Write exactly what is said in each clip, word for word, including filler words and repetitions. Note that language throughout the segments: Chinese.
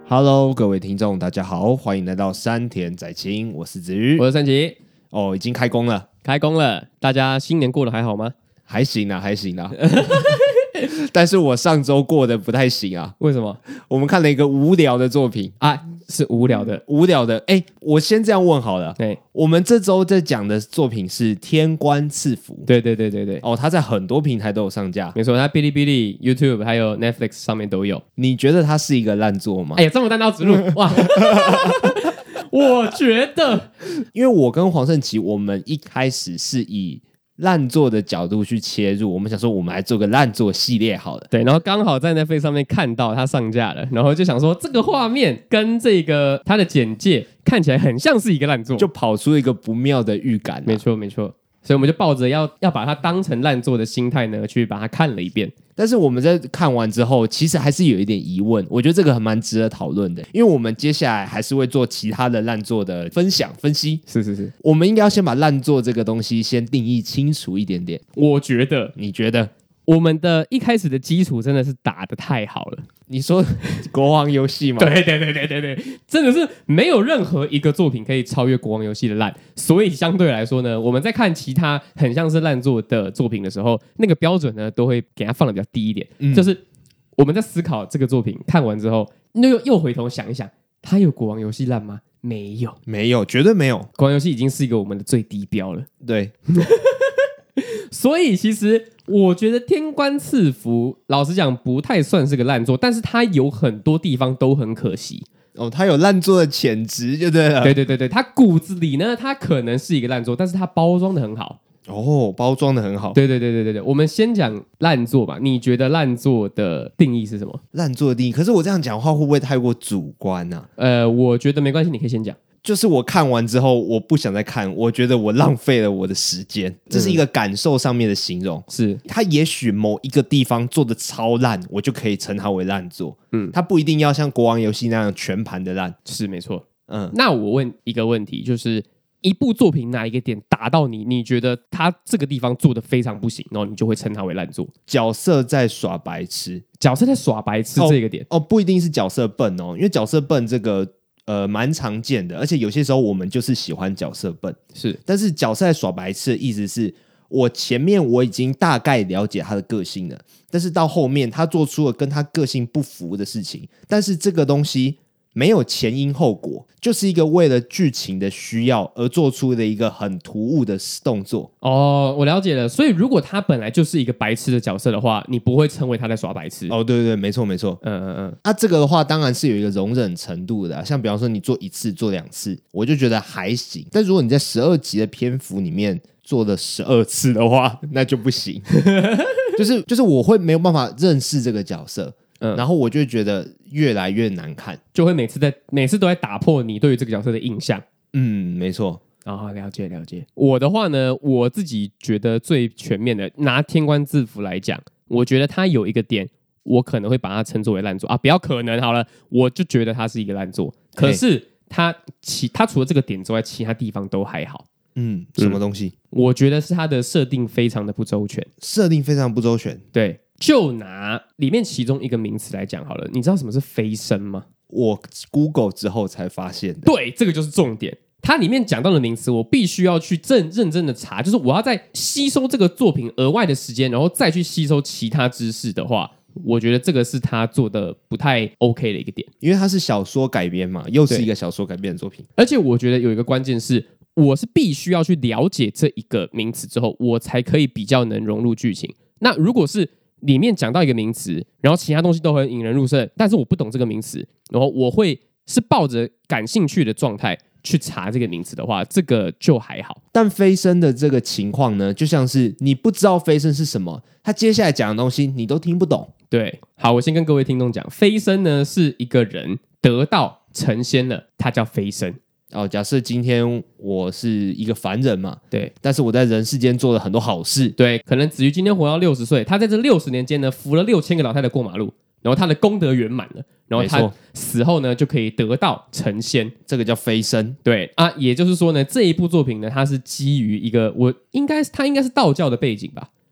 Hello， 各位听众，大家好，欢迎来到山田仔清，我是子瑜， 我是三吉。 哦，已经开工了， 开工了，大家新年过得还好吗？ 还行啦，还行啦。但是我上周过得不太行啊。 为什么？ 我们看了一个无聊的作品啊，是无聊的， 无聊的。哎，我先这样问好了。 对， 我们这周在讲的作品是《天官赐福》。 对对对对对。 哦，它在很多平台都有上架。 没错，它哔哩哔哩、YouTube 还有 Netflix 上面都有。 你觉得它是一个烂作吗？ 哎呀，这么单刀直入哇！我觉得， 因为我跟黄圣琪，我们一开始是以烂作的角度去切入，我们想说我们来做个烂作系列好了。 对，然后刚好在 Netflix 上面看到它上架了，然后就想说这个画面跟这个它的简介看起来很像是一个烂作， 就跑出一个不妙的预感、啊。 没错没错，所以我们就抱着要要把它当成烂作的心态呢，去把它看了一遍。 但是我们在看完之后，其实还是有一点疑问，我觉得这个还蛮值得讨论的，因为我们接下来还是会做其他的烂作的分享分析。 是是是， 我们应该要先把烂作这个东西先定义清楚一点点。 我觉得， 你觉得？ 我们的一开始的基础真的是打得太好了。 你说国王游戏吗？ 对对对对对对，真的是没有任何一个作品可以超越国王游戏的烂，所以相对来说呢，我们在看其他很像是烂作的作品的时候，那个标准呢都会给它放的比较低一点。嗯、就是我们在思考这个作品看完之后，又又回头想一想，它有国王游戏烂吗？没有， 没有，绝对没有。 国王游戏已经是一个我们的最低标了。 对。 所以其实我觉得《天官赐福》老实讲不太算是个烂作，但是它有很多地方都很可惜哦，它有烂作的潜质就对了。 对对对对，它骨子里呢，它可能是一个烂作，但是它包装的很好。 哦，包装的很好。 对对对对对对，我们先讲烂作吧。你觉得烂作的定义是什么？ 烂作的定义，可是我这样讲的话会不会太过主观啊？ 呃，我觉得没关系，你可以先讲。 就是我看完之后我不想再看，我觉得我浪费了我的时间，这是一个感受上面的形容。 是它也许某一个地方做的超烂，我就可以称它为烂作。嗯，它不一定要像国王游戏那样全盘的烂。 是没错。 嗯， 那我问一个问题，就是一部作品哪一个点打到你，你觉得它这个地方做的非常不行，然后你就会称它为烂作。 角色在耍白痴， 角色在耍白痴这个点哦, 哦，不一定是角色笨哦，因为角色笨这个呃蛮常见的，而且有些时候我们就是喜欢角色笨， 是。 但是角色在耍白痴的意思是我前面我已经大概了解他的个性了，但是到后面他做出了跟他个性不符的事情，但是这个东西没有前因后果，就是一个为了剧情的需要而做出的一个很突兀的动作。 哦，我了解了。所以如果他本来就是一个白痴的角色的话，你不会称为他在耍白痴。 哦，对对对，没错没错。 嗯嗯嗯。 那、啊、这个的话当然是有一个容忍程度的、啊，像比方说你做一次做两次我就觉得还行，但如果你在十二集的篇幅里面做了十二次的话那就不行。就是就是我会没有办法认识这个角色，嗯，然后我就会觉得越来越难看， 就会每次在每次都在打破你对于这个角色的印象。 嗯，没错。 哦，了解了解。我的话呢，我自己觉得最全面的，拿天官赐福来讲，我觉得它有一个点，我可能会把它称作为烂作啊，不要可能好了，我就觉得它是一个烂作。可是它其它除了这个点之外，其他地方都还好。 嗯，什么东西？ 嗯、我觉得是它的设定非常的不周全， 设定非常不周全。 对，就拿里面其中一个名词来讲好了，你知道什么是飞升吗？ 我 Google 之后才发现的。 对，这个就是重点。它里面讲到的名词，我必须要去正认真的查，就是我要在吸收这个作品额外的时间，然后再去吸收其他知识的话，我觉得这个是他做的不太 OK 的一个点， 因为它是小说改编嘛，又是一个小说改编的作品。 而且我觉得有一个关键是，我是必须要去了解这一个名词之后，我才可以比较能融入剧情。那如果是里面讲到一个名词，然后其他东西都很引人入胜，但是我不懂这个名词，然后我会是抱着感兴趣的状态去查这个名词的话，这个就还好。 但飞升的这个情况呢，就像是你不知道飞升是什么，他接下来讲的东西你都听不懂。 对，好，我先跟各位听众讲，飞升呢是一个人得道成仙了，他叫飞升。 哦，假设今天我是一个凡人嘛， 对， 但是我在人世间做了很多好事， 对，可能子瑜今天活到六十岁，他在这六十年间呢，扶了六千个老太太过马路，然后他的功德圆满了，然后他死后呢就可以得道成仙， 这个叫飞升。 对啊，也就是说呢，这一部作品呢，它是基于一个我应该他应该是道教的背景吧。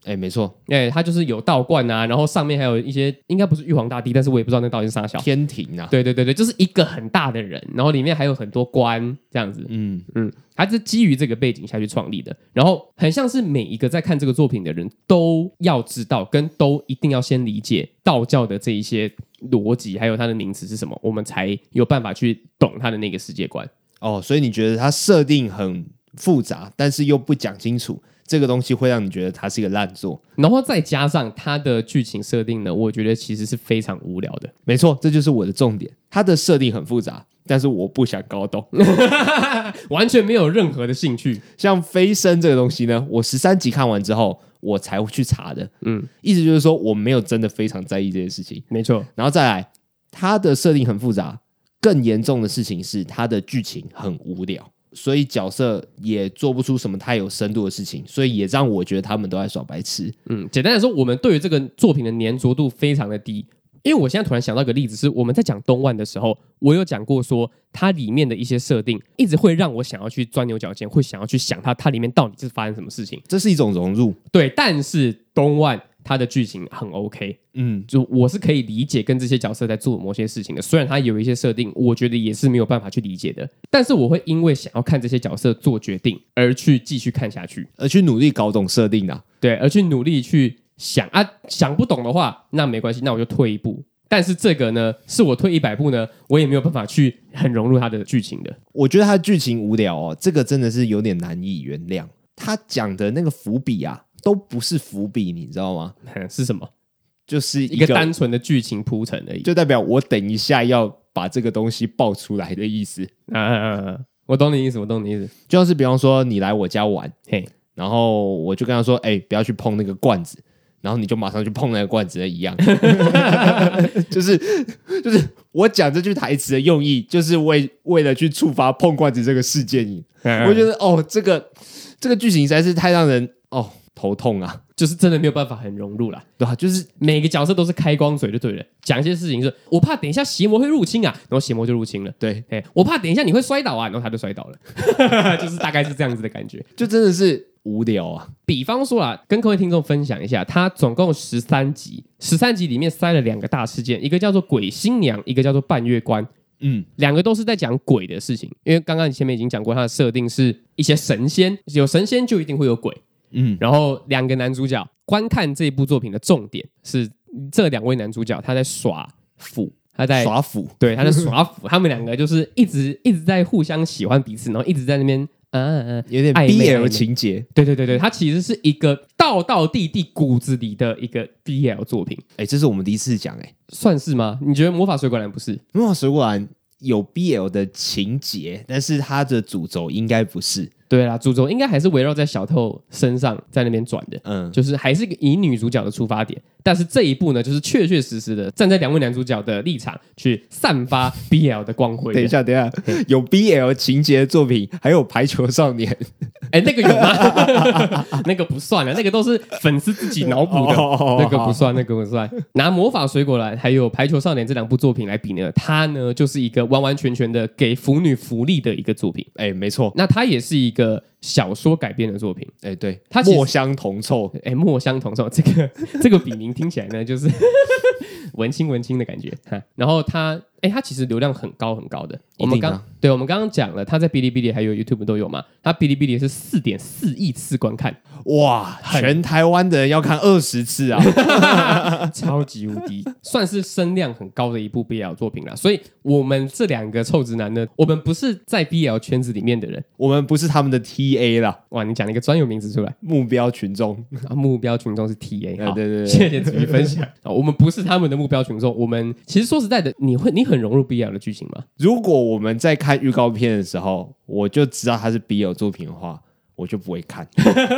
哎、没错， 哎，它就是有道观啊，然后上面还有一些应该不是玉皇大帝，但是我也不知道那到底是啥小。 天庭啊， 对对对对，就是一个很大的人，然后里面还有很多官这样子。 嗯嗯，它是基于这个背景下去创立的，然后很像是每一个在看这个作品的人都要知道，跟都一定要先理解道教的这一些逻辑，还有它的名词是什么，我们才有办法去懂它的那个世界观。 哦，所以你觉得它设定很复杂，但是又不讲清楚，这个东西会让你觉得它是一个烂作。 然后再加上它的剧情设定呢，我觉得其实是非常无聊的。 没错，这就是我的重点。它的设定很复杂，但是我不想搞懂， 完全没有任何的兴趣。 像飞升这个东西呢，我十三集看完之后，我才会去查的。嗯，意思就是说我没有真的非常在意这件事情。 没错， 然后再来，它的设定很复杂，更严重的事情是它的剧情很无聊。所以角色也做不出什么太有深度的事情，所以也让我觉得他们都在耍白痴。 嗯，简单来说，我们对于这个作品的粘着度非常的低。因为我现在突然想到一个例子，是我们在讲东万的时候，我有讲过说，它里面的一些设定一直会让我想要去钻牛角尖，会想要去想它它里面到底是发生什么事情。 这是一种融入， 对，但是东万它的剧情很 OK， 嗯， 就我是可以理解跟这些角色在做某些事情的。虽然它有一些设定，我觉得也是没有办法去理解的，但是我会因为想要看这些角色做决定而去继续看下去， 而去努力搞懂设定啊。 对，而去努力去想啊，想不懂的话，那没关系，那我就退一步。但是这个呢，是我退一百步呢，我也没有办法去很融入它的剧情的。 我觉得它的剧情无聊哦，这个真的是有点难以原谅。他讲的那个伏笔啊，都不是伏笔，你知道吗？ 是什么？ 就是一个一个单纯的剧情铺陈而已， 就代表我等一下要把这个东西爆出来的意思。 啊啊啊啊！我懂你意思，我懂你意思。 就像是比方说你来我家玩， 嘿， 然后我就跟他说：“哎、欸，不要去碰那个罐子。”然后你就马上去碰那个罐子一样，就是就是我讲这句台词的用意，就是为为了去触发碰罐子这个事件。我觉得哦，这个这个剧情实在是太让人哦头痛啊， 就是真的没有办法很融入啦， 对吧、啊？就是每个角色都是开光嘴就对了，讲一些事情是，我怕等一下邪魔会入侵啊，然后邪魔就入侵了， 对， 哎，我怕等一下你会摔倒啊，然后他就摔倒了，就是大概是这样子的感觉， 就真的是无聊啊。 比方说啦，跟各位听众分享一下，它总共十三集，十三集里面塞了两个大事件，一个叫做鬼新娘，一个叫做半月关。嗯，两个都是在讲鬼的事情，因为刚刚前面已经讲过，它的设定是一些神仙，有神仙就一定会有鬼。嗯，然后两个男主角观看这部作品的重点是这两位男主角他在耍腐，他在耍腐， 对，他在耍腐，他们两个就是一直一直在互相喜欢彼此，然后一直在那边。嗯， 有点 B L 情节， 对对对对，它其实是一个道道地地骨子里的一个 B L 作品。 哎、欸，这是我们第一次讲，哎， 算是吗？你觉得魔法水果篮不是？ 魔法水果篮有 B L 的情节，但是它的主轴应该不是。 对啦，主轴应该还是围绕在小透身上，在那边转的，嗯，就是还是以女主角的出发点，但是这一部呢，就是确确实实的站在两位男主角的立场去散发 B L 的光辉。 等一下，等一下，有 B L 情节的作品，还有排球少年， 哎，那个有吗？那个不算了，那个都是粉丝自己脑补的，哦、那个不算，那个不算。拿魔法水果篮还有排球少年这两部作品来比呢，它呢就是一个完完全全的给腐女福利的一个作品。 哎，没错， 那它也是一个。一个小说改编的作品， 哎、欸，对， 它墨香铜臭， 哎，墨香铜臭，这个这个笔名听起来呢，就是文青文青的感觉哈。然后它，哎，它其实流量很高很高的。我们刚对，我们刚刚讲了，它在哔哩哔哩还有 YouTube 都有嘛。它哔哩哔哩是四点四亿次观看， 哇，全台湾的人要看二十次啊， 超级无敌，算是声量很高的一部 B L 作品啦。所以我们这两个臭直男呢，我们不是在 B L 圈子里面的人， 我们不是他们的 T A 啦。 哇，你讲了一个专有名词出来， 目标群众， 啊、目标群众是 T A， 好， 对对对， 谢谢子瑜分享。我们不是他们的目标群众，我们其实说实在的，你会你很融入 B L 的剧情吗？ 如果我们在看预告片的时候，我就知道它是 B L 作品的话，我就不会看。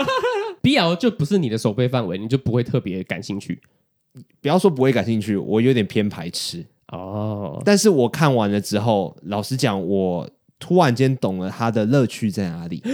B L 就不是你的守备范围，你就不会特别感兴趣。 不要说不会感兴趣，我有点偏排斥哦。但是我看完了之后，老实讲，我突然间懂了它的乐趣在哪里。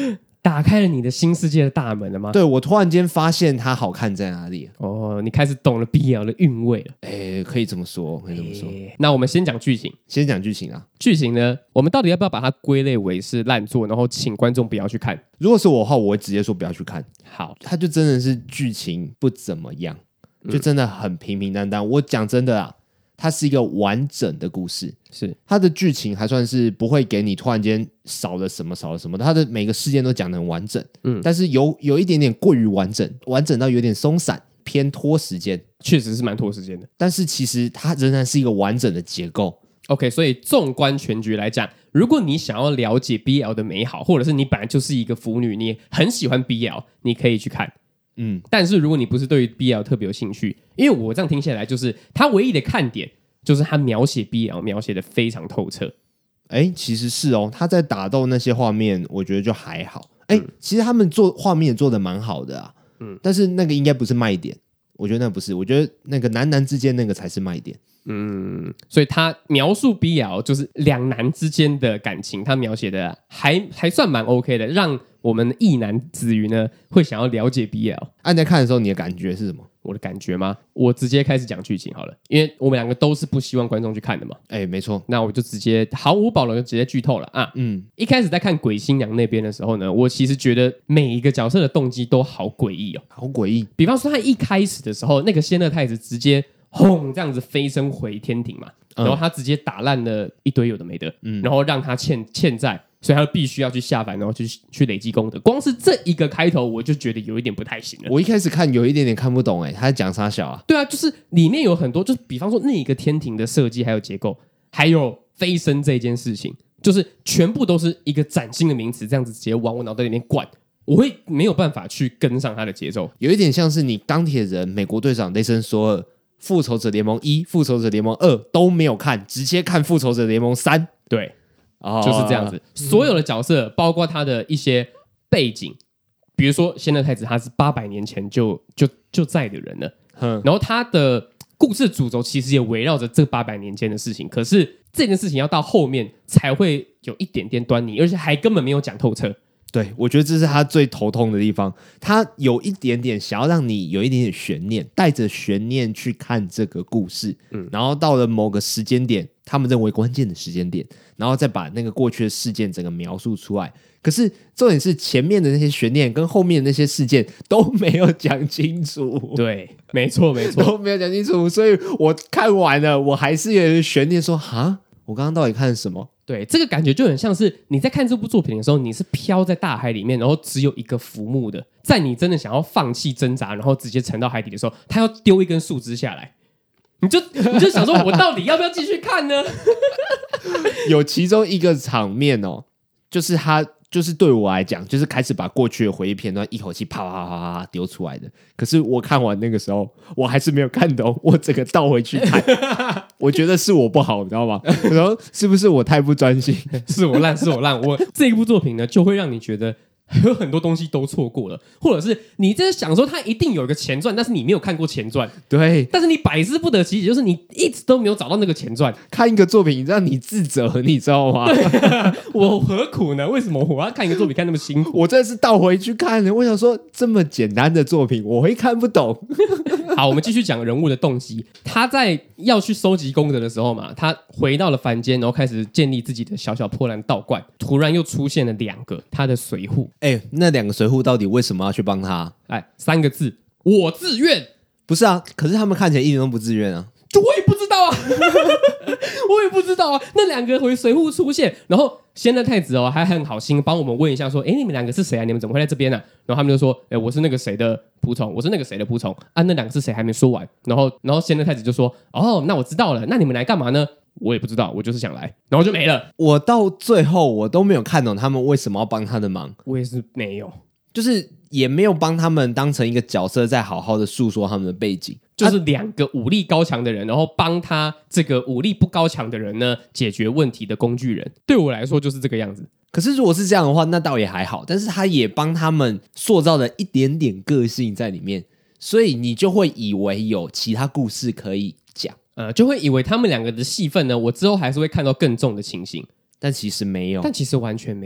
打开了你的新世界的大门了吗？ 对，我突然间发现它好看在哪里。 哦，你开始懂了 B L 的韵味了。 哎，可以这么说，可以这么说。 那我们先讲剧情， 先讲剧情啊。 剧情呢，我们到底要不要把它归类为是烂作，然后请观众不要去看？ 如果是我的话，我会直接说不要去看。 好， 它就真的是剧情不怎么样，就真的很平平淡淡。嗯、我讲真的啊。它是一个完整的故事， 是它的剧情还算是不会给你突然间少了什么少了什么，它的每个事件都讲得很完整，嗯，但是有有一点点过于完整，完整到有点松散，偏拖时间， 确实是蛮拖时间的。 但是其实它仍然是一个完整的结构。 OK， 所以纵观全局来讲，如果你想要了解 B L 的美好，或者是你本来就是一个腐女，你很喜欢 B L， 你可以去看。嗯，但是如果你不是对于 B L 特别有兴趣，因为我这样听下来，就是它唯一的看点就是它描写 B L 描写的非常透彻。 哎，其实是哦，他在打斗那些画面，我觉得就还好。哎、嗯，其实他们做画面也做的蛮好的啊，嗯，但是那个应该不是卖点，我觉得那不是，我觉得那个男男之间那个才是卖点。 嗯，所以他描述 B L 就是两男之间的感情，他描写的还还算蛮 OK 的，让我们异男子瑜呢会想要了解 B L。 按在看的时候，你的感觉是什么？ 我的感觉吗？我直接开始讲剧情好了，因为我们两个都是不希望观众去看的嘛。 哎，没错， 那我就直接毫无保留就直接剧透了啊。嗯，一开始在看鬼新娘那边的时候呢，我其实觉得每一个角色的动机都好诡异哦， 好诡异。 比方说他一开始的时候，那个仙乐太子直接轰这样子飞升回天庭嘛，然后他直接打烂了一堆有的没的，嗯，然后让他欠欠债。所以他必须要去下凡，然后去去累积功德。光是这一个开头，我就觉得有一点不太行了。 我一开始看有一点点看不懂，哎，他在讲啥小啊？ 对啊，就是里面有很多，就是比方说那一个天庭的设计，还有结构，还有飞升这件事情，就是全部都是一个崭新的名词，这样子直接往我脑袋里面灌，我会没有办法去跟上他的节奏。 有一点像是你钢铁人、美国队长、雷神索尔、复仇者联盟一、复仇者联盟二都没有看，直接看复仇者联盟三。 对。就是这样子，所有的角色，包括他的一些背景，比如说仙乐太子，他是八百年前就就就在的人了，然后他的故事主轴其实也围绕着这八百年间的事情，可是这件事情要到后面才会有一点点端倪，而且还根本没有讲透彻。 对，我觉得这是他最头痛的地方，他有一点点想要让你有一点点悬念，带着悬念去看这个故事，嗯，然后到了某个时间点，他们认为关键的时间点，然后再把那个过去的事件整个描述出来。可是重点是前面的那些悬念跟后面的那些事件都没有讲清楚。 对，没错没错， 都没有讲清楚，所以我看完了，我还是有点悬念说，哈，我刚刚到底看了什么？ 对，这个感觉就很像是你在看这部作品的时候，你是飘在大海里面，然后只有一个浮木的，在你真的想要放弃挣扎，然后直接沉到海底的时候，他要丢一根树枝下来，你就你就想说，我到底要不要继续看呢？ 有其中一个场面哦，就是他就是对我来讲，就是开始把过去的回忆片段一口气啪啪啪啪丢出来的。可是我看完那个时候，我还是没有看懂，我整个倒回去看，我觉得是我不好，你知道吗？然后是不是我太不专心？ 是我烂，是我烂。我这一部作品呢，就会让你觉得有很多东西都错过了，或者是你在想说它一定有一个前传，但是你没有看过前传， 对， 但是你百思不得其解，就是你一直都没有找到那个前传。 看一个作品让你自责，你知道吗？ 我何苦呢？为什么我要看一个作品看那么辛苦？ 我真的是倒回去看的，我想说这么简单的作品我会看不懂。 好，我们继续讲人物的动机。他在要去收集功德的时候嘛，他回到了凡间，然后开始建立自己的小小破烂道观。突然又出现了两个他的随护。 哎、欸，那两个随护到底为什么要去帮他？ 哎，三个字，我自愿。 不是啊，可是他们看起来一点都不自愿啊。 就我也不知道啊，我也不知道啊。那两个回随护出现，然后仙乐太子哦还很好心帮我们问一下，说：“哎，你们两个是谁啊？你们怎么会在这边呢、啊？”然后他们就说：“哎，我是那个谁的仆从，我是那个谁的仆从啊。”那两个是谁还没说完，然后然后仙乐太子就说：“哦，那我知道了，那你们来干嘛呢？”我也不知道，我就是想来，然后就没了。 我到最后我都没有看懂他们为什么要帮他的忙， 我也是没有， 就是也没有帮他们当成一个角色，再好好的诉说他们的背景。 就是两个武力高强的人，然后帮他这个武力不高强的人呢解决问题的工具人。对我来说就是这个样子。 可是如果是这样的话，那倒也还好。但是他也帮他们塑造了一点点个性在里面，所以你就会以为有其他故事可以讲， 呃，就会以为他们两个的戏份呢，我之后还是会看到更重的情形。 但其实没有， 但其实完全没有。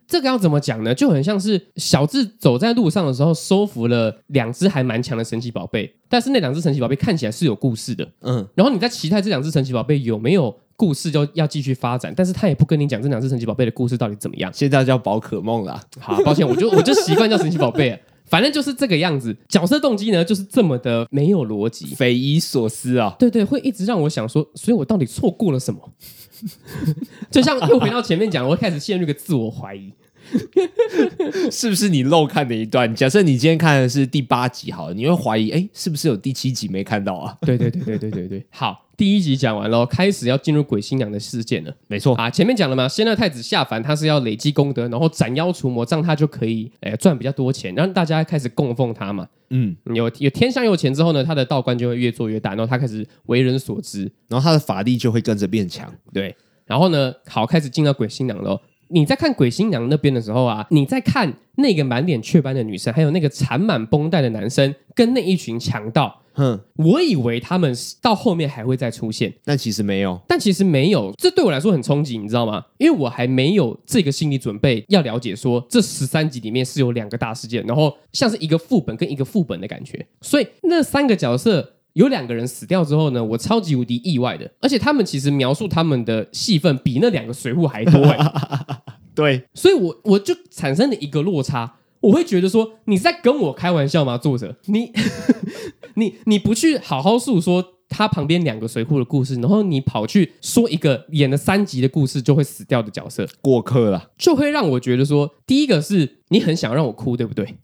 这个要怎么讲呢？就很像是小智走在路上的时候，收服了两只还蛮强的神奇宝贝，但是那两只神奇宝贝看起来是有故事的，嗯，然后你在期待这两只神奇宝贝有没有故事就要继续发展，但是他也不跟你讲这两只神奇宝贝的故事到底怎么样。 现在叫宝可梦啦。 好，抱歉，我就我就习惯叫神奇宝贝了。反正就是这个样子，角色动机呢就是这么的没有逻辑， 匪夷所思啊！ 对对，会一直让我想说，所以我到底错过了什么？就像又回到前面讲，我会开始陷入一个自我怀疑， 是不是你漏看的一段？假设你今天看的是第八集，好了，你会怀疑，哎，是不是有第七集没看到啊？ 对对对对对对对，好。第一集讲完了，开始要进入鬼新娘的事件了。 没错啊，前面讲了嘛，仙乐太子下凡，他是要累积功德，然后斩妖除魔，这样他就可以诶赚比较多钱，让大家开始供奉他嘛。嗯，有有天上有钱之后呢，他的道观就会越做越大，然后他开始为人所知， 然后他的法力就会跟着变强。 对，然后呢，好，开始进到鬼新娘了。你在看鬼新娘那边的时候啊，你在看那个满脸雀斑的女生，还有那个缠满绷带的男生，跟那一群强盗。哼，我以为他们到后面还会再出现， 但其实没有， 但其实没有，这对我来说很冲击，你知道吗？因为我还没有这个心理准备，要了解说这十三集里面是有两个大事件，然后像是一个副本跟一个副本的感觉，所以那三个角色有两个人死掉之后呢，我超级无敌意外的，而且他们其实描述他们的戏份比那两个水户还多哎， 对， 所以我我就产生了一个落差。我会觉得说你在跟我开玩笑吗？作者，你你你不去好好诉说他旁边两个水户的故事，然后你跑去说一个演了三集的故事就会死掉的角色， 过客了， 就会让我觉得说，第一个是你很想让我哭，对不对？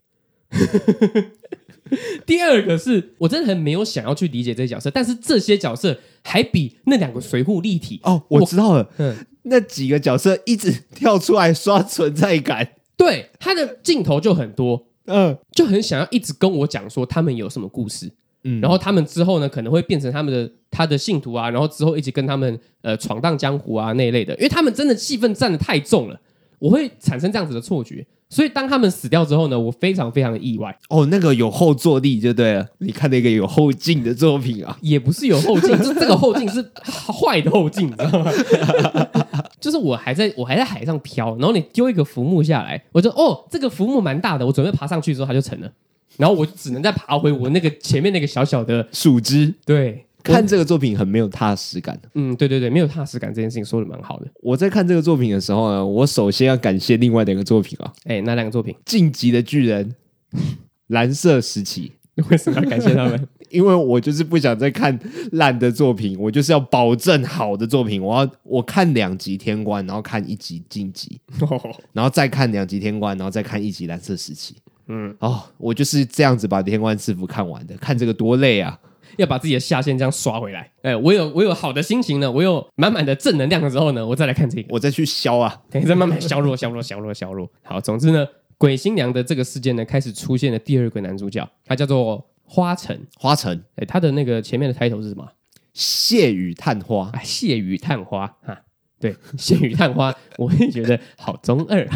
第二个是我真的很没有想要去理解这些角色，但是这些角色还比那两个水户立体哦。我知道了，嗯，那几个角色一直跳出来刷存在感。 对，他的镜头就很多，嗯，就很想要一直跟我讲说他们有什么故事，嗯，然后他们之后呢可能会变成他们的他的信徒啊，然后之后一直跟他们呃闯荡江湖啊那一类的，因为他们真的戏份占得太重了，我会产生这样子的错觉，所以当他们死掉之后呢，我非常非常的意外。 哦，那个有后坐力就对了，你看那个有后劲的作品啊， 也不是有后劲，这这个后劲是坏的后劲，你知道吗？就是我还在我还在海上飘，然后你丢一个浮木下来，我就哦，这个浮木蛮大的，我准备爬上去之后它就成了，然后我只能再爬回我那个前面那个小小的树枝。 对， 看这个作品很没有踏实感。 嗯，对对对，没有踏实感这件事情说的蛮好的。 我在看这个作品的时候呢，我首先要感谢另外两个作品啊， 哎，哪两个作品？ 晋级的巨人、蓝色时期。 为什么要感谢他们？ 因为我就是不想再看烂的作品，我就是要保证好的作品。我要我看两集天官，然后看一集晋级，哦、然后再看两集天官，然后再看一集蓝色时期。嗯，哦，我就是这样子把天官赐福看完的。看这个多累啊！ 要把自己的下限这样刷回来。哎，我有我有好的心情呢，我有满满的正能量的时候呢，我再来看这个， 我再去消啊， 等一下慢慢削弱、削弱、削弱、削弱。好，总之呢，鬼新娘的这个事件呢，开始出现了第二个男主角，他叫做花城。 花城， 哎，他的那个前面的 title 是什么？ 谢雨探花。 哎，谢雨探花哈。对，谢雨探花，我会觉得好中二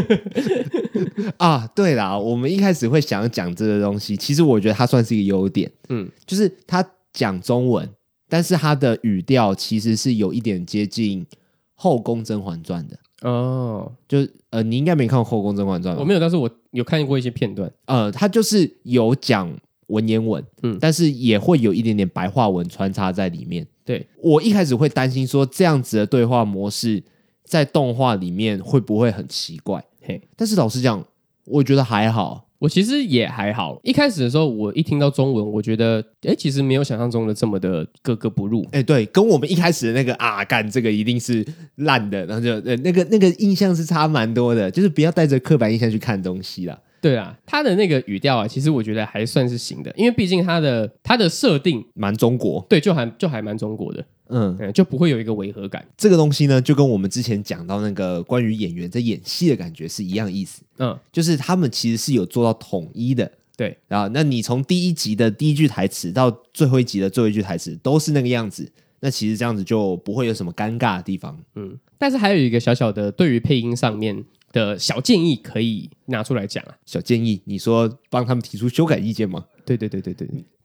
啊。对啦，我们一开始会想要讲这个东西，其实我觉得它算是一个优点，嗯，就是他讲中文，但是他的语调其实是有一点接近《后宫甄嬛传》的哦。就呃，你应该没看过《后宫甄嬛传》吧？ 我没有，但是我有看过一些片段。 呃，他就是有讲文言文，嗯，但是也会有一点点白话文穿插在里面。 对， 我一开始会担心说这样子的对话模式在动画里面会不会很奇怪？嘿，但是老实讲，我觉得还好。 我其实也还好。一开始的时候，我一听到中文，我觉得，哎，其实没有想象中的这么的格格不入。 哎，对，跟我们一开始的那个啊，干这个一定是烂的，然后就呃那个那个印象是差蛮多的，就是不要带着刻板印象去看东西啦。 对啊，他的那个语调啊，其实我觉得还算是行的，因为毕竟他的他的设定蛮中国， 对，就还就还蛮中国的，嗯，就不会有一个违和感。 这个东西呢，就跟我们之前讲到那个关于演员在演戏的感觉是一样意思，嗯，就是他们其实是有做到统一的， 对啊，那你从第一集的第一句台词到最后一集的最后一句台词都是那个样子，那其实这样子就不会有什么尴尬的地方， 嗯，但是还有一个小小的对于配音上面的小建议可以拿出来讲啊。 小建议，你说帮他们提出修改意见吗？ 对对对对对，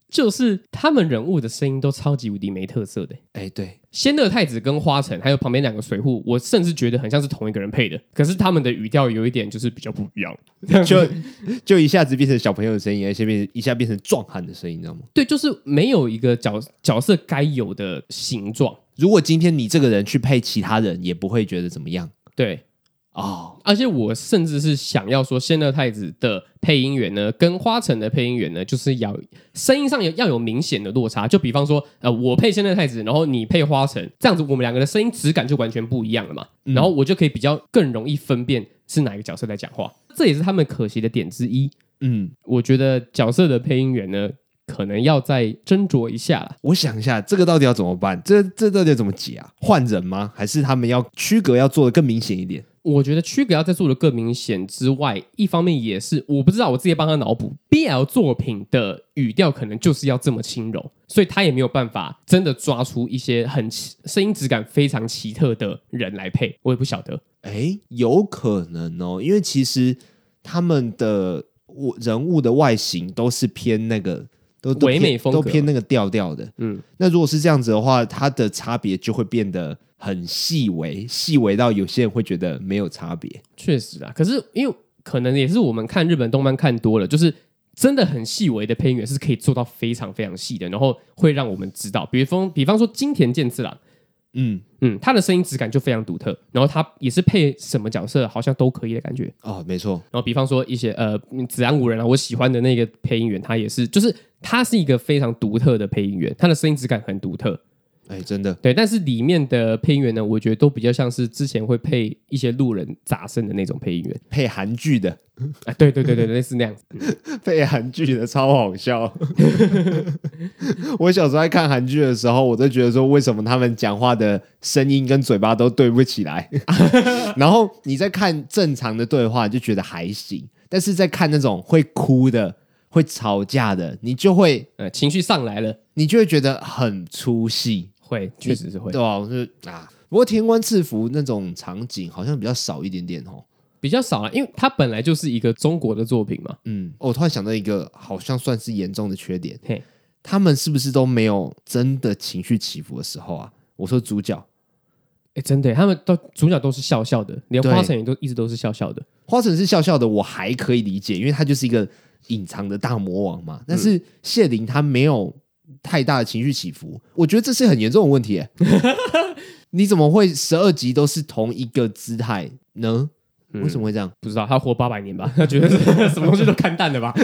就是他们人物的声音都超级无敌没特色的。 哎，对， 仙乐太子跟花城还有旁边两个水户，我甚至觉得很像是同一个人配的，可是他们的语调有一点就是比较不一样， 就就一下子变成小朋友的声音，而且变一下变成壮汉的声音，你知道吗？ 对，就是没有一个角角色该有的形状。 如果今天你这个人去配其他人，也不会觉得怎么样。 对。 哦， 而且我甚至是想要说，仙乐太子的配音员呢，跟花城的配音员呢，就是要声音上有要有明显的落差。就比方说，呃，我配仙乐太子，然后你配花城，这样子我们两个的声音质感就完全不一样了嘛。嗯、然后我就可以比较更容易分辨是哪一个角色在讲话，这也是他们可惜的点之一。嗯，我觉得角色的配音员呢，可能要再斟酌一下啦。 我想一下，这个到底要怎么办？这这到底要怎么解啊？换人吗？还是他们要区隔要做的更明显一点？ 我觉得区隔要再做的更明显之外，一方面也是我不知道，我自己帮他脑补 B L 作品的语调可能就是要这么轻柔，所以他也没有办法真的抓出一些很声音质感非常奇特的人来配，我也不晓得。 哎，有可能哦，因为其实他们的人物的外形都是偏那个都都唯美风格， 都偏那个调调的。嗯，那如果是这样子的话，它的差别就会变得很细微，细微到有些人会觉得没有差别。 确实啊，可是因为可能也是我们看日本动漫看多了，就是真的很细微的配音员是可以做到非常非常细的，然后会让我们知道，比方比方说金田健次郎，嗯嗯，他的声音质感就非常独特，然后他也是配什么角色好像都可以的感觉哦，没错。 然后比方说一些呃子安五人啊，我喜欢的那个配音员，他也是，就是他是一个非常独特的配音员，他的声音质感很独特。 哎，真的对，但是里面的配音员呢，我觉得都比较像是之前会配一些路人杂声的那种配音员， 配韩剧的， 啊，对对对对，类似那样子， 嗯、配韩剧的超好笑。我小时候在看韩剧的时候，我都觉得说，为什么他们讲话的声音跟嘴巴都对不起来？然后你在看正常的对话，就觉得还行，但是在看那种会哭的、会吵架的，你就会呃情绪上来了， 你就会觉得很出戏。 会，确实是会， 对吧？我就啊，不过天官赐福那种场景好像比较少一点点哦， 比较少了，因为它本来就是一个中国的作品嘛。 嗯，我突然想到一个好像算是严重的缺点， 嘿， 他们是不是都没有真的情绪起伏的时候啊？我说主角， 哎，真的，他们都主角都是笑笑的，连花城也都一直都是笑笑的。 花城是笑笑的，我还可以理解，因为他就是一个隐藏的大魔王嘛。但是谢灵他没有太大的情绪起伏，我觉得这是很严重的问题耶。你怎么会十二集都是同一个姿态呢？为什么会这样？ 不知道，他活八百年吧？他觉得什么东西都看淡了吧？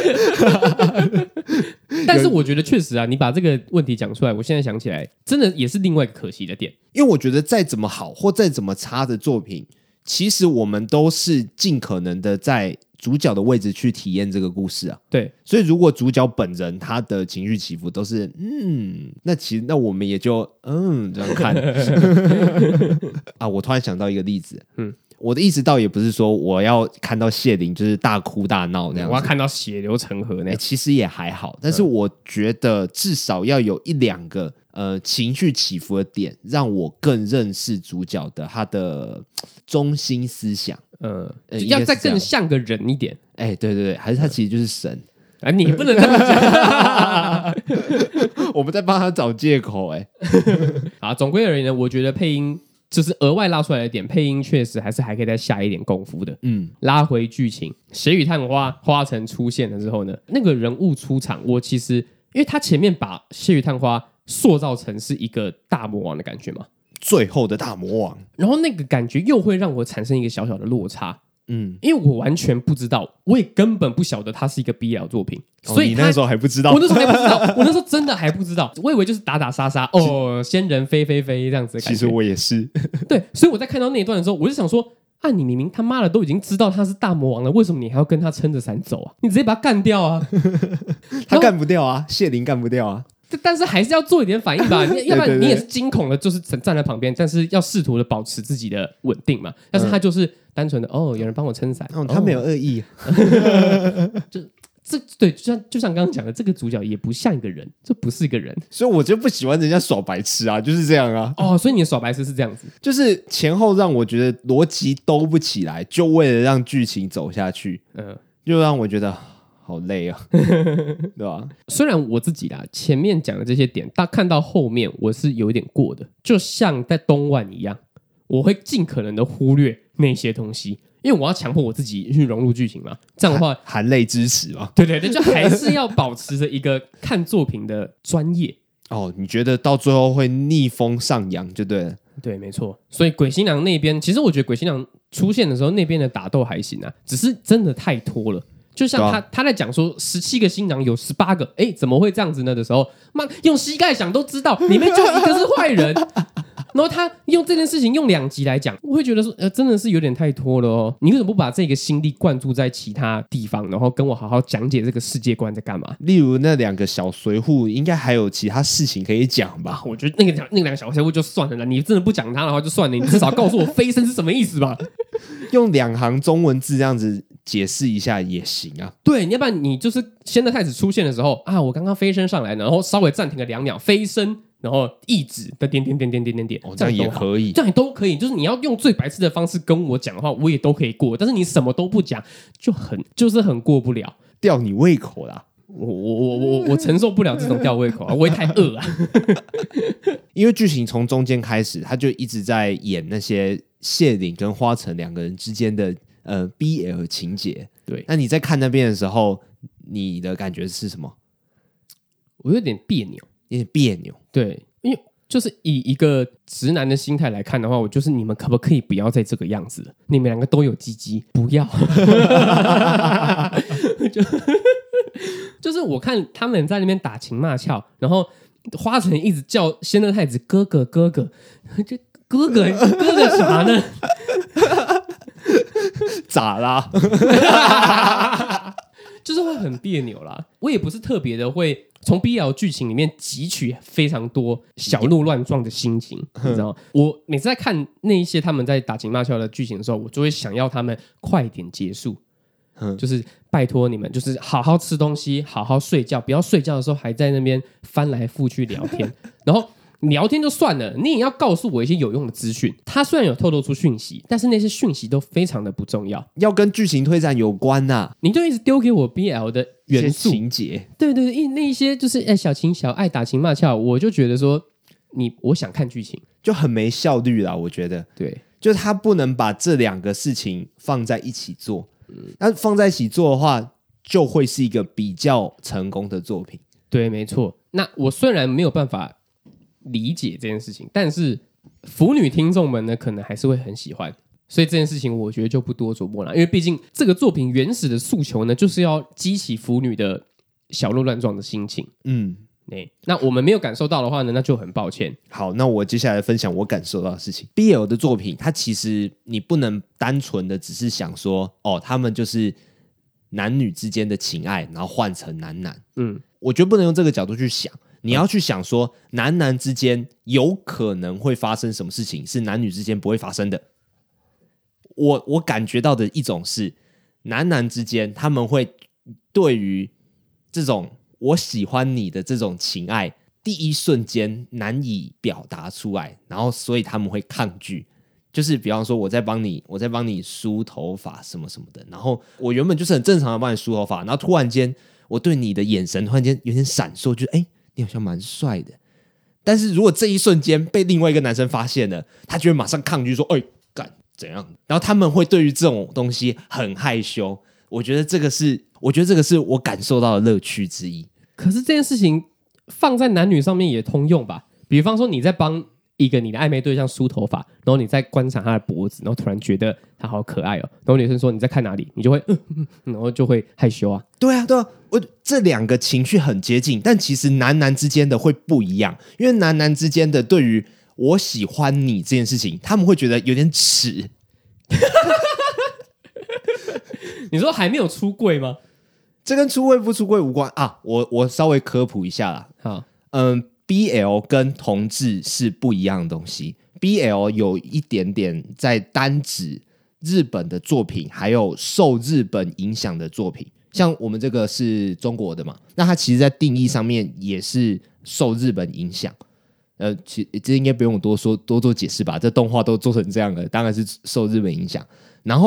但是我觉得确实啊，你把这个问题讲出来，我现在想起来，真的也是另外一个可惜的点。 因为我觉得再怎么好或再怎么差的作品，其实我们都是尽可能的在主角的位置去体验这个故事啊。 对， 所以如果主角本人他的情绪起伏都是嗯，那其实那我们也就嗯这样看啊。我突然想到一个例子，嗯。我的意思倒也不是说我要看到谢灵就是大哭大闹这样子， 我要看到血流成河那样、 欸、其实也还好，但是我觉得至少要有一两个呃情绪起伏的点，让我更认识主角的他的中心思想， 呃，要再更像个人一点。 哎、欸，对对对，还是他其实就是神啊！你不能这么讲， 我们在帮他找借口哎、 欸。好，总归而言呢，我觉得配音。就是额外拉出来的点，配音确实还是还可以再下一点功夫的。嗯，拉回剧情，血雨探花花城出现了之后呢，那个人物出场，我其实因为他前面把血雨探花塑造成是一个大魔王的感觉嘛， 最后的大魔王， 然后那个感觉又会让我产生一个小小的落差。嗯，因为我完全不知道，我也根本不晓得它是一个 B L 作品， 哦、 所以你那时候还不知道， 我那时候还不知道，我那时候真的还不知道，我以为就是打打杀杀，哦，仙人飞飞飞这样子的感觉。 其实我也是， 对，所以我在看到那一段的时候，我就想说，啊，你明明他妈的都已经知道他是大魔王了，为什么你还要跟他撑着伞走啊？你直接把他干掉啊！ 他干不掉啊，谢灵干不掉啊。 但是还是要做一点反应吧，要不然你也是惊恐的，就是站在旁边，但是要试图的保持自己的稳定嘛。但是他就是单纯的、嗯、哦，有人帮我撑伞、 哦，他没有恶意， 就这对，就像就像刚刚讲的，这个主角也不像一个人，这不是一个人， 所以我就不喜欢人家耍白痴啊，就是这样啊。 哦，所以你的耍白痴是这样子， 就是前后让我觉得逻辑兜不起来，就为了让剧情走下去，嗯，就让我觉得好累啊，对吧？ 虽然我自己啦，前面讲的这些点，但看到后面我是有一点过的，就像在东莞一样，我会尽可能的忽略那些东西，因为我要强迫我自己去融入剧情嘛。这样的话， 含泪支持嘛。 对对对，就还是要保持着一个看作品的专业。 哦，你觉得到最后会逆风上扬就对了。 对，没错。所以鬼新娘那边，其实我觉得鬼新娘出现的时候，那边的打斗还行啊，只是真的太拖了。就像他、啊、他在讲说十七个新娘有十八个，哎，怎么会这样子呢的时候，妈用膝盖想都知道，里面就一个是坏人。然后他用这件事情用两集来讲，我会觉得说，呃，真的是有点太拖了哦。你为什么不把这个心力灌注在其他地方，然后跟我好好讲解这个世界观在干嘛？ 例如那两个小随扈，应该还有其他事情可以讲吧？ 我觉得那个那两个小随扈就算了啦，你真的不讲他的话就算了，你至少告诉我飞升是什么意思吧？ 用两行中文字这样子解释一下也行啊。 对，要不然你就是仙乐太子出现的时候啊，我刚刚飞升上来，然后稍微暂停了两秒，飞升。然后一直的点点点点点点点， 哦，这样也可以， 这样也都可以。就是你要用最白痴的方式跟我讲的话，我也都可以过。但是你什么都不讲，就很就是很过不了， 吊你胃口啦。 我我我我我承受不了这种吊胃口啊，我也太饿啊。 因为剧情从中间开始，他就一直在演那些谢岭跟花城两个人之间的呃 B L 情节。 对， 那你在看那边的时候，你的感觉是什么？ 我有点别扭。 有点别扭，对， 因为就是以一个直男的心态来看的话，我就是你们可不可以不要再这个样子了？你们两个都有鸡鸡，不要。就, 就是我看他们在那边打情骂俏，然后花城一直叫仙乐太子哥哥哥哥，就哥哥哥哥啥呢？ 咋啦？ 就是会很别扭啦。我也不是特别的会从 B L 剧情里面汲取非常多小鹿乱撞的心情，你知道吗？我每次在看那一些他们在打情骂俏的剧情的时候，我就会想要他们快点结束，就是拜托你们，就是好好吃东西，好好睡觉，不要睡觉的时候还在那边翻来覆去聊天，然后。聊天就算了，你也要告诉我一些有用的资讯。他虽然有透露出讯息，但是那些讯息都非常的不重要， 要跟剧情推展有关呐、啊。 你就一直丢给我 B L 的元素情节， 对对对，那一些就是哎小情小爱打情骂俏，我就觉得说你我想看剧情就很没效率啦。我觉得， 对， 就是他不能把这两个事情放在一起做，那、嗯、放在一起做的话，就会是一个比较成功的作品。 对，没错。那我虽然没有办法理解这件事情，但是腐女听众们呢，可能还是会很喜欢，所以这件事情我觉得就不多琢磨了，因为毕竟这个作品原始的诉求呢，就是要激起腐女的小鹿乱撞的心情。嗯，欸、那我们没有感受到的话呢，那就很抱歉。 好，那我接下来分享我感受到的事情。B L 的作品，它其实你不能单纯的只是想说，哦，他们就是男女之间的情爱，然后换成男男。嗯，我觉得不能用这个角度去想。你要去想说，男男之间有可能会发生什么事情是男女之间不会发生的。我我感觉到的一种是，男男之间他们会对于这种我喜欢你的这种情爱，第一瞬间难以表达出来，然后所以他们会抗拒。就是比方说，我在帮你，我在帮你梳头发什么什么的，然后我原本就是很正常的帮你梳头发，然后突然间我对你的眼神突然间有点闪烁，就哎。欸你好像蛮帅的，但是如果这一瞬间被另外一个男生发现了，他就会马上抗拒说：“哎、欸，干怎样？”然后他们会对于这种东西很害羞。我觉得这个是，我觉得这个是我感受到的乐趣之一。 可是这件事情放在男女上面也通用吧？比方说你在帮一个你的暧昧对象梳头发，然后你在观察他的脖子，然后突然觉得他好可爱哦，然后女生说你在看哪里，你就会，嗯嗯、然后就会害羞啊。 对啊，对啊，我这两个情绪很接近，但其实男男之间的会不一样，因为男男之间的对于我喜欢你这件事情，他们会觉得有点耻。 你说还没有出柜吗？ 这跟出柜不出柜无关啊。我我稍微科普一下啦。好，嗯。B L 跟同志是不一样的东西。B L 有一点点在单指日本的作品，还有受日本影响的作品。像我们这个是中国的嘛，那它其实在定义上面也是受日本影响。呃，其这应该不用多说多做解释吧？这动画都做成这样了，当然是受日本影响。然后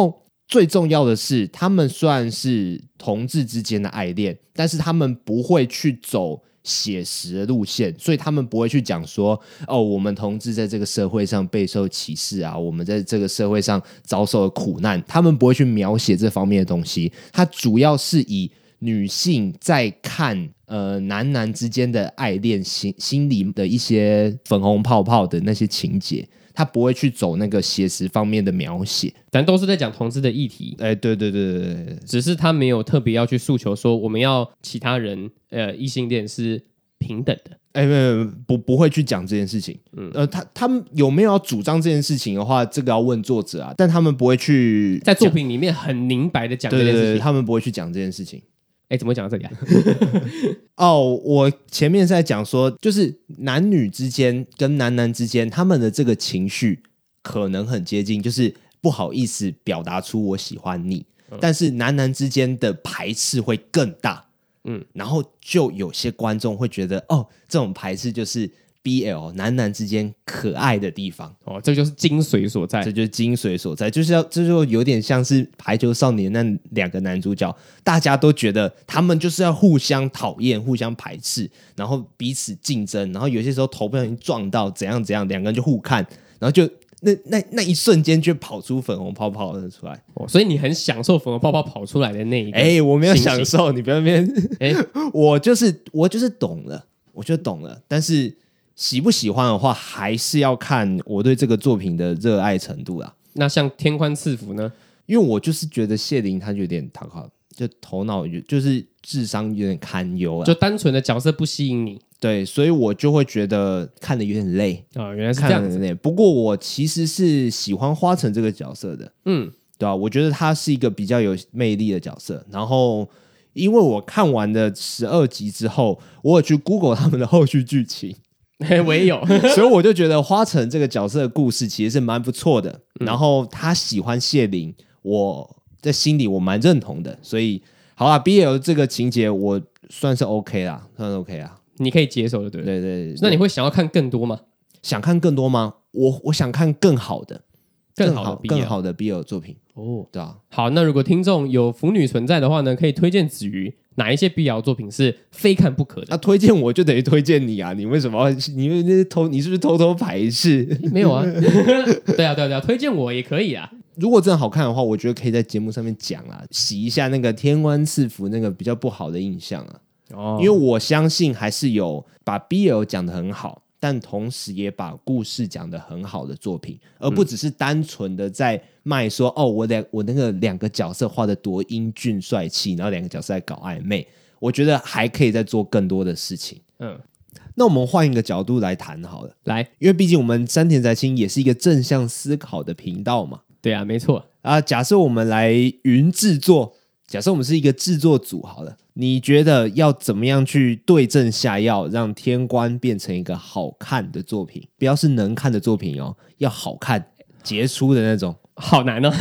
最重要的是，他们虽然是同志之间的爱恋，但是他们不会去走写实的路线，所以他们不会去讲说，哦，我们同志在这个社会上备受歧视啊，我们在这个社会上遭受的苦难，他们不会去描写这方面的东西。它主要是以女性在看呃男男之间的爱恋心心里的一些粉红泡泡的那些情节。他不会去走那个写实方面的描写， 咱都是在讲同志的议题。 哎，对对对对对， 只是他没有特别要去诉求说我们要其他人呃异性恋是平等的。 哎，不不会去讲这件事情。嗯，呃，他他们有没有要主张这件事情的话，这个要问作者啊。但他们不会去在作品里面很明白的讲这件事情。 对对对，他们不会去讲这件事情。 哎，怎么讲到这里啊？ 哦，我前面是在讲说，就是男女之间跟男男之间，他们的这个情绪可能很接近，就是不好意思表达出我喜欢你，嗯、但是男男之间的排斥会更大。嗯，然后就有些观众会觉得，哦，这种排斥就是 B L 男男之间可爱的地方。 哦，这就是精髓所在， 这就是精髓所在，就是要这就有点像是排球少年那两个男主角，大家都觉得他们就是要互相讨厌、互相排斥，然后彼此竞争，然后有些时候头不小心撞到，怎样怎样，两个人就互看，然后就那那那一瞬间就跑出粉红泡泡的出来。 哦，所以你很享受粉红泡泡跑出来的那一个。 哎，我没有享受，你不要那边。哎，我就是我就是懂了，我就懂了，但是。喜不喜欢的话，还是要看我对这个作品的热爱程度啦。 那像天宽赐福呢？ 因为我就是觉得谢琳她有点讨好，就头脑就是智商有点堪忧啦， 就单纯的角色不吸引你。 对，所以我就会觉得看得有点累啊、哦，原来是这样子。 不过我其实是喜欢花城这个角色的，嗯，对吧、啊？我觉得他是一个比较有魅力的角色，然后。因为我看完了十二集之后，我有去 Google 他们的后续剧情。 我也有所以我就觉得花城这个角色的故事其实是蛮不错的、嗯、然后他喜欢谢琳，我在心里我蛮认同的，所以好啦 B L 这个情节我算是 OK 啦，算是 OK 啦， 你可以接受的，对不对？ 对对对。 那你会想要看更多吗？ 想看更多吗？我我想看更好的更好的 B L 更好的 B L 作品哦，对啊。 好，那如果听众有腐女存在的话呢，可以推荐子瑜哪一些 B L 作品是非看不可的？ 那、啊、推荐我就等于推荐你啊！你为什么要你那偷？你是不是偷偷排斥？ 没有啊，对啊，对啊，对啊，推荐我也可以啊。 如果真的好看的话，我觉得可以在节目上面讲啊，洗一下那个天官赐福那个比较不好的印象啊。哦，因为我相信还是有把 B L 讲得很好，但同时也把故事讲得很好的作品，而不只是单纯的在卖说、嗯、哦，我两我那个两个角色画得多英俊帅气，然后两个角色在搞暧昧，我觉得还可以再做更多的事情。嗯，那我们换一个角度来谈好了， 来， 因为毕竟我们山田宅青也是一个正向思考的频道嘛。 对啊，没错啊。假设我们来云制作，假设我们是一个制作组好了。你觉得要怎么样去对症下药，让天官变成一个好看的作品？不要是能看的作品哦，要好看、杰出的那种。 好难哦。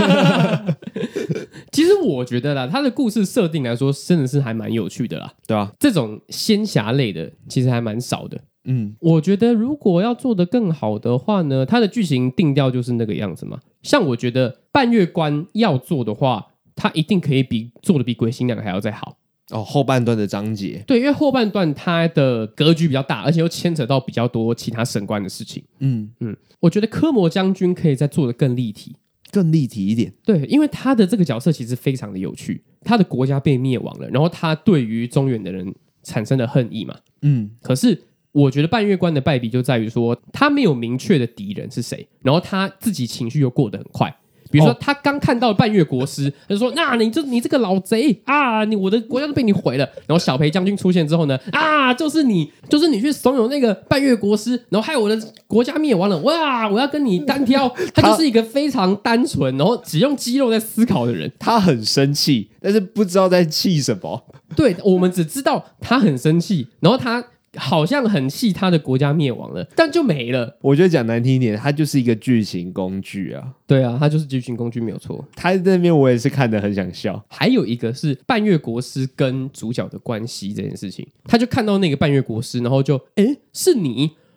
其实我觉得啦，他的故事设定来说，真的是还蛮有趣的啦。 对啊， 这种仙侠类的其实还蛮少的。嗯，我觉得如果要做得更好的话呢，它的剧情定调就是那个样子嘛。像我觉得半月关要做的话，它一定可以比做的比鬼新娘还要再好。 哦，后半段的章节， 对，因为后半段它的格局比较大，而且又牵扯到比较多其他神官的事情。嗯嗯，我觉得科摩将军可以再做得更立体， 更立体一点。 对，因为他的这个角色其实非常的有趣，他的国家被灭亡了，然后他对于中原的人产生了恨意嘛。嗯，可是我觉得半月关的败笔就在于说，他没有明确的敌人是谁，然后他自己情绪又过得很快。比如说，他刚看到半月国师，他就说：“那你这你这个老贼啊，你我的国家都被你毁了。”然后小裴将军出现之后呢，啊，就是你，就是你去怂恿那个半月国师，然后害我的国家灭亡了。哇，我要跟你单挑。他就是一个非常单纯，然后只用肌肉在思考的人。 他很生气，但是不知道在气什么。 对，我们只知道他很生气，然后他好像很气他的国家灭亡了，但就没了。 我觉得讲难听一点，它就是一个剧情工具啊。 对啊，它就是剧情工具没有错。 他那边我也是看得很想笑。 还有一个是半月国师跟主角的关系这件事情，他就看到那个半月国师，然后就哎是你，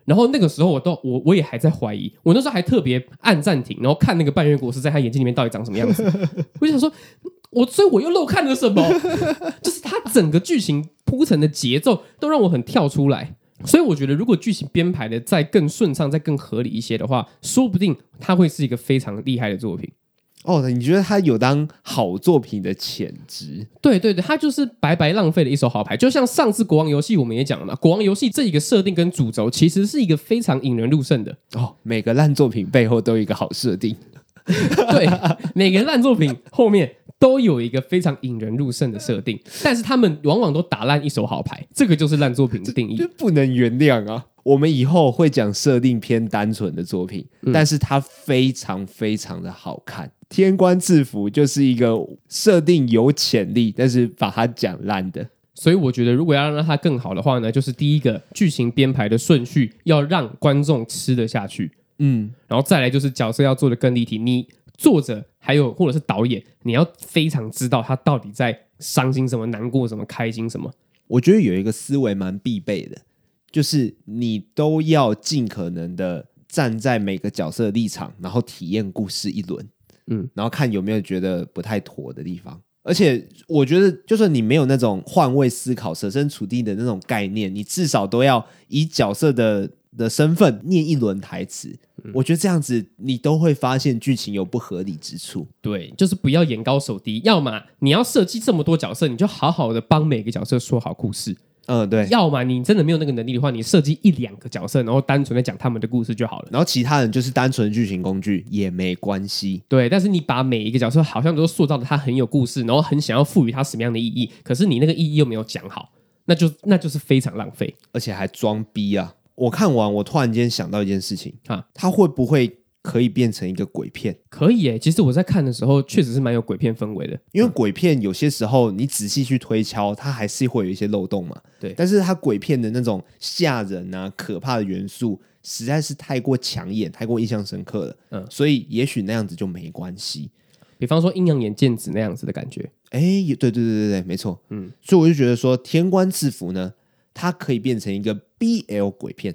然后那个时候我都我我也还在怀疑，我那时候还特别按暂停，然后看那个半月国师在他眼睛里面到底长什么样子。我就想说，我所以我又漏看了什么？就是他整个剧情铺陈的节奏都让我很跳出来。所以我觉得，如果剧情编排的再更顺畅、再更合理一些的话，说不定它会是一个非常厉害的作品。 哦，你觉得它有当好作品的潜质？ 对对对，它就是白白浪费了一手好牌。就像上次国王游戏我们也讲了嘛，国王游戏这一个设定跟主轴其实是一个非常引人入胜的。 哦，每个烂作品背后都有一个好设定。 对，每个烂作品后面都有一个非常引人入胜的设定，但是他们往往都打烂一手好牌，这个就是烂作品的定义， 就不能原谅啊！我们以后会讲设定偏单纯的作品，嗯、但是它非常非常的好看。天官赐福就是一个设定有潜力，但是把它讲烂的。 所以我觉得，如果要让它更好的话呢，就是第一个剧情编排的顺序要让观众吃得下去。嗯，然后再来就是角色要做的更立体，你作者还有或者是导演，你要非常知道他到底在伤心什么、难过什么、开心什么。 我觉得有一个思维蛮必备的，就是你都要尽可能的站在每个角色的立场，然后体验故事一轮，嗯，然后看有没有觉得不太妥的地方。而且我觉得，就算你没有那种换位思考、设身处地的那种概念，你至少都要以角色的的身份念一轮台词、嗯、我觉得这样子你都会发现剧情有不合理之处。 对，就是不要眼高手低，要么你要设计这么多角色，你就好好的帮每个角色说好故事。 嗯，对。 要么你真的没有那个能力的话，你设计一两个角色，然后单纯的讲他们的故事就好了， 然后其他人就是单纯的剧情工具也没关系。 对，但是你把每一个角色好像都塑造的他很有故事，然后很想要赋予他什么样的意义，可是你那个意义又没有讲好，那就那就是非常浪费， 而且还装逼啊！我看完，我突然间想到一件事情啊，他会不会可以变成一个鬼片？ 可以耶，其实我在看的时候确实是蛮有鬼片氛围的， 因为鬼片有些时候你仔细去推敲，它还是会有一些漏洞嘛。 对， 但是它鬼片的那种吓人啊、可怕的元素实在是太过抢眼、太过印象深刻了。嗯，所以也许那样子就没关系。 比方说阴阳眼剑子那样子的感觉。 哎，对对对对对，没错。嗯，所以我就觉得说，天官赐福呢，它可以变成一个 B L 鬼片。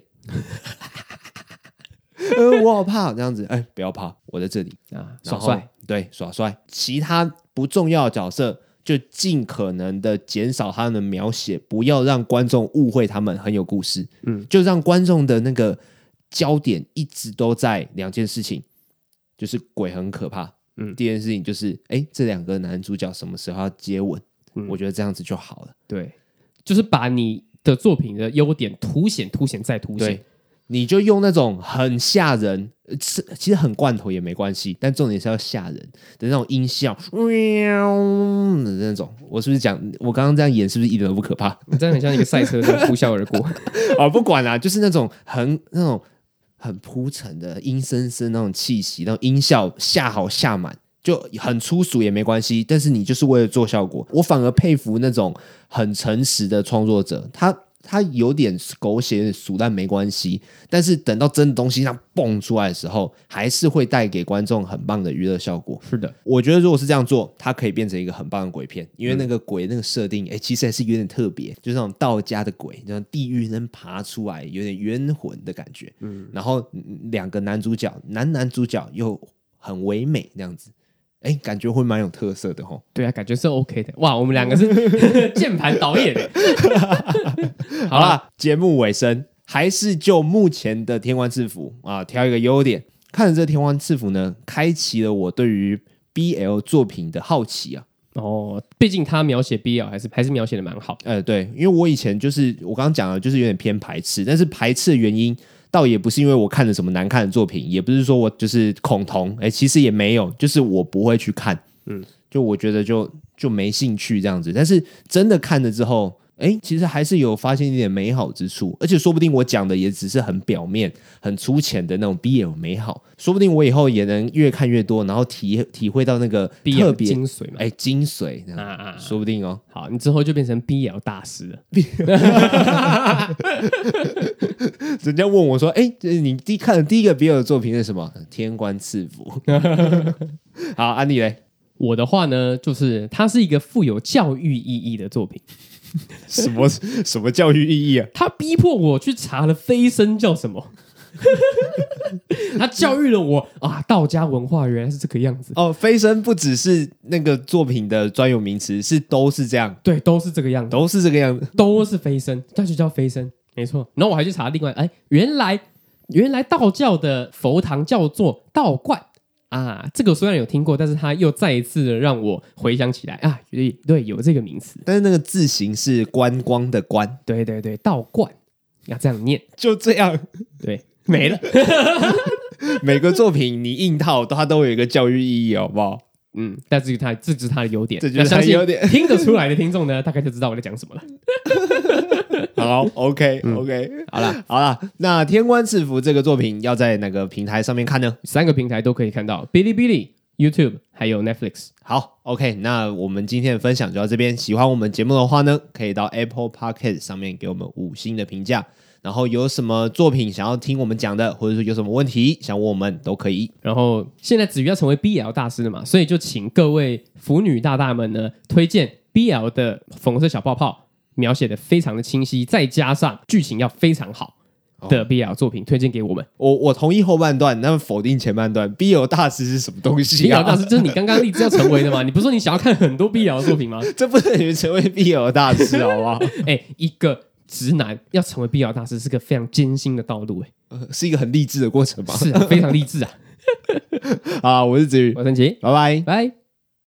呃，我好怕这样子，哎，不要怕，我在这里啊，耍帅， 对，耍帅。其他不重要的角色就尽可能的减少他们的描写，不要让观众误会他们很有故事。嗯，就让观众的那个焦点一直都在两件事情，就是鬼很可怕。嗯，第一件事情就是，哎，这两个男主角什么时候要接吻？嗯，我觉得这样子就好了。 对，就是把你的作品的优点凸显、凸显再凸显。 你就用那种很吓人，其实很罐头也没关系，但重点是要吓人的那种音效，的那种。我是不是讲我刚刚这样演是不是一点都不可怕？ 你真的很像一个赛车在呼啸而过。 哦，不管啦，就是那种很那种很铺陈的阴森森那种气息，那种音效下好下满，就很粗俗也没关系。但是你就是为了做效果，我反而佩服那种很诚实的创作者，他。它有点狗血、有点俗，但没关系。但是等到真的东西它蹦出来的时候，还是会带给观众很棒的娱乐效果。 是的， 我觉得如果是这样做，它可以变成一个很棒的鬼片，因为那个鬼那个设定，哎，其实还是有点特别，就是那种道家的鬼，那种地狱能爬出来，有点冤魂的感觉。嗯，然后两个男主角，男男主角又很唯美那样子。哎，感觉会蛮有特色的齁。 对啊，感觉是 OK 的。哇，我们两个是键盘导演耶。 好啦，节目尾声还是就目前的天官赐福啊，挑一个优点。看着这天官赐福呢，开启了我对于 B L 作品的好奇啊。 哦，毕竟他描写 B L 还是还是描写的蛮好。 呃，对，因为我以前就是我刚刚讲的，就是有点偏排斥，但是排斥的原因。倒也不是因为我看了什么难看的作品，也不是说我就是恐同，哎，其实也没有，就是我不会去看，嗯，就我觉得就就没兴趣这样子。但是真的看了之后，哎，其实还是有发现一点美好之处，而且说不定我讲的也只是很表面、很粗浅的那种 B L 美好，说不定我以后也能越看越多，然后体体会到那个特别精髓嘛， 哎，精髓啊啊，说不定哦。 好，你之后就变成 B L 大师了。 人家问我说：“哎，你第看的第一个 B L 的作品是什么？”天官赐福。好，安妮嘞， 我的话呢，就是它是一个富有教育意义的作品。 什么什么教育意义啊？ 他逼迫我去查了飞升叫什么。他教育了我啊，道家文化原来是这个样子哦。飞升不只是那个作品的专有名词，是都是这样， 对，都是这个样子， 都是这个样子， 都是飞升，那就叫飞升，没错。然后我还去查另外，哎，原来原来道教的佛堂叫做道观啊，这个虽然有听过，但是他又再一次的让我回想起来啊，对对，有这个名词， 但是那个字形是观光的观， 对对对，道观要这样念， 就这样， 对。没了， 每个作品你硬套，它都有一个教育意义，好不好？ 嗯，但至于它，这就是它的优点， 这就是它的优点。 听得出来的听众呢，大概就知道我在讲什么了。 好 ，OK，OK，、 嗯 OK 好了， 好了。那《天官赐福》这个作品要在哪个平台上面看呢？ 三个平台都可以看到，哔哩哔哩、YouTube 还有 Netflix。 好 ，OK， 那我们今天的分享就到这边。喜欢我们节目的话呢，可以到 Apple Podcast 上面给我们五星的评价。然后有什么作品想要听我们讲的，或者说有什么问题想问我们，都可以。 然后现在子瑜要成为 B L 大师了嘛，所以就请各位腐女大大们呢，推荐 B L 的粉红色小泡泡，描写的非常的清晰，再加上剧情要非常好的 B L 作品推荐给我们。 我我同意后半段，但否定前半段。B L 大师是什么东西啊？ B L 大师就是你刚刚立志要成为的嘛？你不是说你想要看很多 B L 作品吗？ 这不等于成为 B L 大师，好不好？ 哎，一个直男要成为 B L 大师是个非常艰辛的道路，哎、 呃，是一个很励志的过程吧？ 是啊，非常励志啊！ 好，我是子瑜， 我是陈奇， 拜拜。 拜。